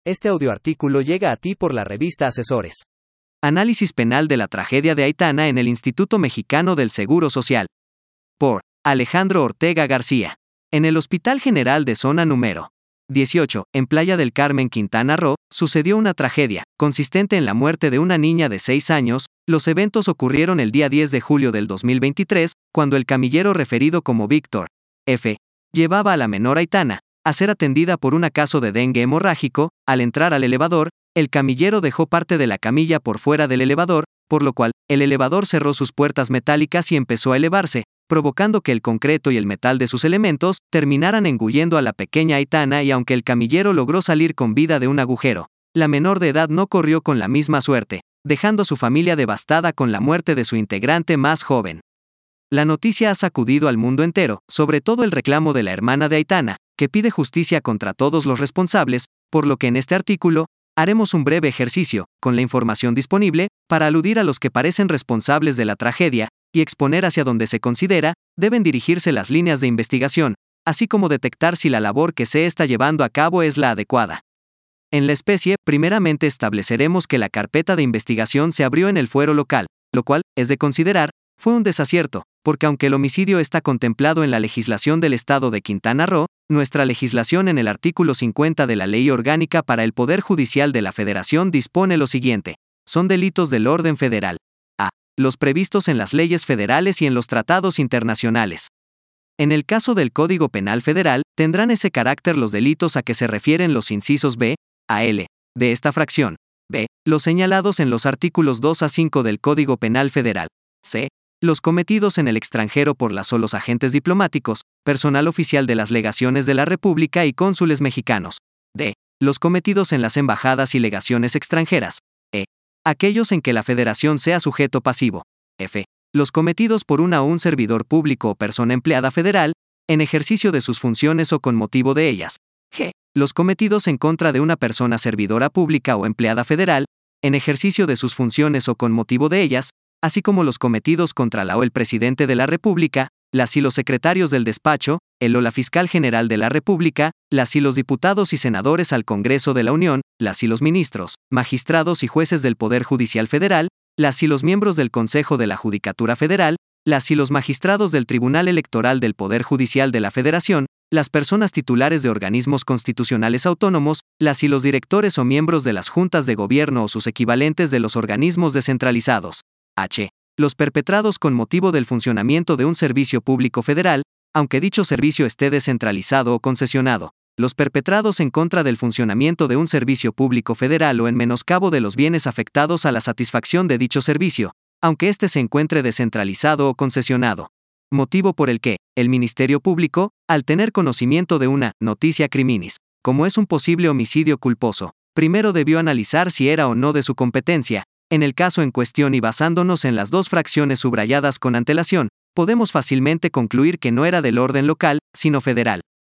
Este audioartículo llega a ti por la revista Asesores. Análisis penal de la tragedia de Aitana en el Instituto Mexicano del Seguro Social. Por Alejandro Ortega García. En el Hospital General de Zona número 18, en Playa del Carmen, Quintana Roo, sucedió una tragedia, consistente en la muerte de una niña de 6 años. Los eventos ocurrieron el día 10 de julio del 2023, cuando el camillero referido como Víctor F. llevaba a la menor Aitana a ser atendida por un caso de dengue hemorrágico. Al entrar al elevador, el camillero dejó parte de la camilla por fuera del elevador, por lo cual, el elevador cerró sus puertas metálicas y empezó a elevarse, provocando que el concreto y el metal de sus elementos terminaran engullendo a la pequeña Aitana, y aunque el camillero logró salir con vida de un agujero, la menor de edad no corrió con la misma suerte, dejando a su familia devastada con la muerte de su integrante más joven. La noticia ha sacudido al mundo entero, sobre todo el reclamo de la hermana de Aitana, que pide justicia contra todos los responsables, por lo que en este artículo, haremos un breve ejercicio, con la información disponible, para aludir a los que parecen responsables de la tragedia, y exponer hacia donde se considera deben dirigirse las líneas de investigación, así como detectar si la labor que se está llevando a cabo es la adecuada. En la especie, primeramente estableceremos que la carpeta de investigación se abrió en el fuero local, lo cual, es de considerar, fue un desacierto, porque aunque el homicidio está contemplado en la legislación del Estado de Quintana Roo, nuestra legislación en el artículo 50 de la Ley Orgánica para el Poder Judicial de la Federación dispone lo siguiente: son delitos del orden federal. A. Los previstos en las leyes federales y en los tratados internacionales. En el caso del Código Penal Federal, tendrán ese carácter los delitos a que se refieren los incisos B a L de esta fracción. B. Los señalados en los artículos 2 a 5 del Código Penal Federal. C. Los cometidos en el extranjero por las o los agentes diplomáticos, personal oficial de las legaciones de la República y cónsules mexicanos. D. Los cometidos en las embajadas y legaciones extranjeras. E. Aquellos en que la Federación sea sujeto pasivo. F. Los cometidos por una o un servidor público o persona empleada federal, en ejercicio de sus funciones o con motivo de ellas. G. Los cometidos en contra de una persona servidora pública o empleada federal, en ejercicio de sus funciones o con motivo de ellas, así como los cometidos contra la o el presidente de la República, las y los secretarios del despacho, el o la fiscal general de la República, las y los diputados y senadores al Congreso de la Unión, las y los ministros, magistrados y jueces del Poder Judicial Federal, las y los miembros del Consejo de la Judicatura Federal, las y los magistrados del Tribunal Electoral del Poder Judicial de la Federación, las personas titulares de organismos constitucionales autónomos, las y los directores o miembros de las juntas de gobierno o sus equivalentes de los organismos descentralizados. H. Los perpetrados con motivo del funcionamiento de un servicio público federal, aunque dicho servicio esté descentralizado o concesionado. Los perpetrados en contra del funcionamiento de un servicio público federal o en menoscabo de los bienes afectados a la satisfacción de dicho servicio, aunque éste se encuentre descentralizado o concesionado. Motivo por el que, el Ministerio Público, al tener conocimiento de una noticia criminis, como es un posible homicidio culposo, primero debió analizar si era o no de su competencia. En el caso en cuestión y basándonos en las dos fracciones subrayadas con antelación, podemos fácilmente concluir que no era del orden local, sino federal.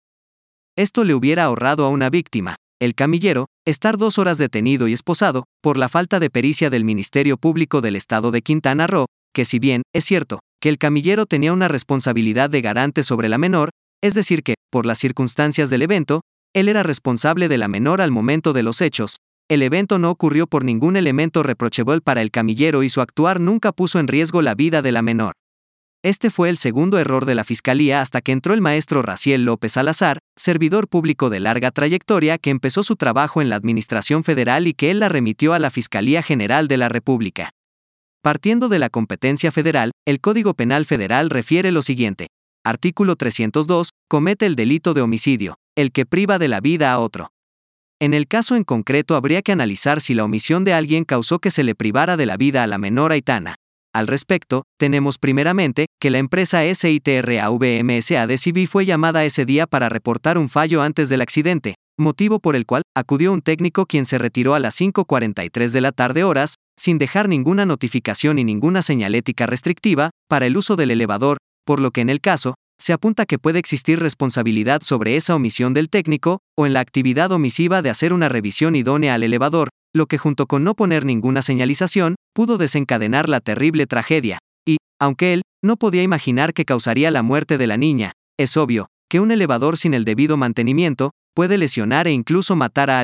Esto le hubiera ahorrado a una víctima, el camillero, estar 2 horas detenido y esposado, por la falta de pericia del Ministerio Público del Estado de Quintana Roo, que si bien, es cierto, que el camillero tenía una responsabilidad de garante sobre la menor, es decir que, por las circunstancias del evento, él era responsable de la menor al momento de los hechos. El evento no ocurrió por ningún elemento reprochable para el camillero y su actuar nunca puso en riesgo la vida de la menor. Este fue el segundo error de la Fiscalía hasta que entró el maestro Raciel López Salazar, servidor público de larga trayectoria que empezó su trabajo en la Administración Federal y que él la remitió a la Fiscalía General de la República. Partiendo de la competencia federal, el Código Penal Federal refiere lo siguiente. Artículo 302, comete el delito de homicidio, el que priva de la vida a otro. En el caso en concreto habría que analizar si la omisión de alguien causó que se le privara de la vida a la menor Aitana. Al respecto, tenemos primeramente, que la empresa SITRAVMSA de CIVI fue llamada ese día para reportar un fallo antes del accidente, motivo por el cual, acudió un técnico quien se retiró a las 5:43 de la tarde horas, sin dejar ninguna notificación y ninguna señalética restrictiva, para el uso del elevador, por lo que en el caso, se apunta que puede existir responsabilidad sobre esa omisión del técnico, o en la actividad omisiva de hacer una revisión idónea al elevador, lo que junto con no poner ninguna señalización, pudo desencadenar la terrible tragedia. Y, aunque él no podía imaginar que causaría la muerte de la niña, es obvio que un elevador sin el debido mantenimiento puede lesionar e incluso matar a alguien.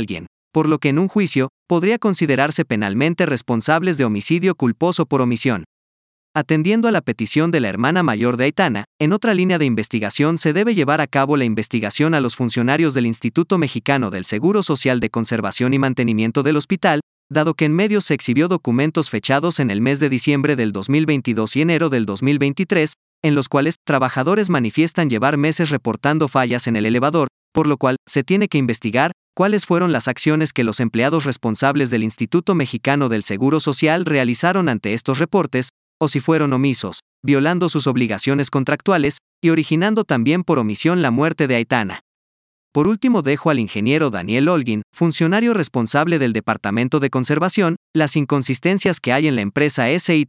por lo que en un juicio, podría considerarse penalmente responsables de homicidio culposo por omisión. Atendiendo a la petición de la hermana mayor de Aitana, en otra línea de investigación se debe llevar a cabo la investigación a los funcionarios del Instituto Mexicano del Seguro Social de Conservación y Mantenimiento del hospital, dado que en medios se exhibió documentos fechados en el mes de diciembre del 2022 y enero del 2023, en los cuales trabajadores manifiestan llevar meses reportando fallas en el elevador, por lo cual se tiene que investigar cuáles fueron las acciones que los empleados responsables del Instituto Mexicano del Seguro Social realizaron ante estos reportes, o si fueron omisos, violando sus obligaciones contractuales, y originando también por omisión la muerte de Aitana. Por último, dejo al ingeniero Daniel Holguín, funcionario responsable del Departamento de Conservación, las inconsistencias que hay en la empresa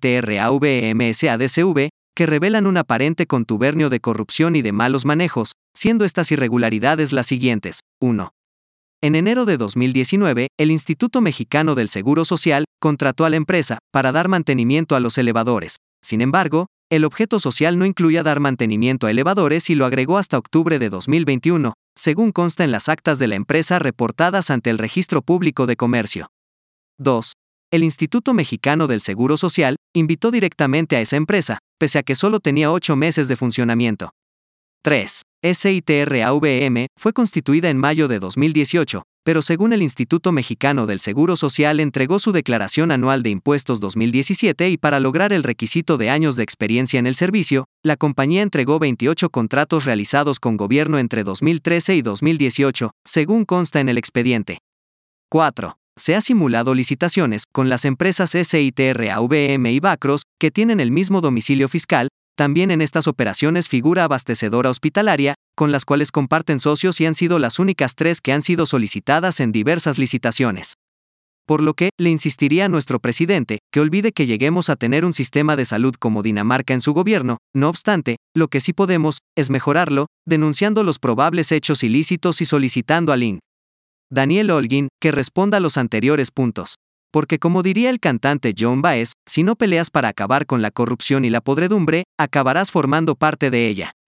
SITRAVMSADCV, que revelan un aparente contubernio de corrupción y de malos manejos, siendo estas irregularidades las siguientes. 1. En enero de 2019, el Instituto Mexicano del Seguro Social contrató a la empresa para dar mantenimiento a los elevadores. Sin embargo, el objeto social no incluía dar mantenimiento a elevadores y lo agregó hasta octubre de 2021, según consta en las actas de la empresa reportadas ante el Registro Público de Comercio. 2. El Instituto Mexicano del Seguro Social invitó directamente a esa empresa, pese a que solo tenía 8 meses de funcionamiento. 3. SITRAVM fue constituida en mayo de 2018, pero según el Instituto Mexicano del Seguro Social entregó su declaración anual de impuestos 2017 y para lograr el requisito de años de experiencia en el servicio, la compañía entregó 28 contratos realizados con gobierno entre 2013 y 2018, según consta en el expediente. 4. Se ha simulado licitaciones con las empresas SITRAVM y Bacros, que tienen el mismo domicilio fiscal. También en estas operaciones figura abastecedora hospitalaria, con las cuales comparten socios y han sido las únicas 3 que han sido solicitadas en diversas licitaciones. Por lo que, le insistiría a nuestro presidente, que olvide que lleguemos a tener un sistema de salud como Dinamarca en su gobierno. No obstante, lo que sí podemos, es mejorarlo, denunciando los probables hechos ilícitos y solicitando al INC. Daniel Holguín, que responda a los anteriores puntos. Porque como diría el cantante John Baez, si no peleas para acabar con la corrupción y la podredumbre, acabarás formando parte de ella.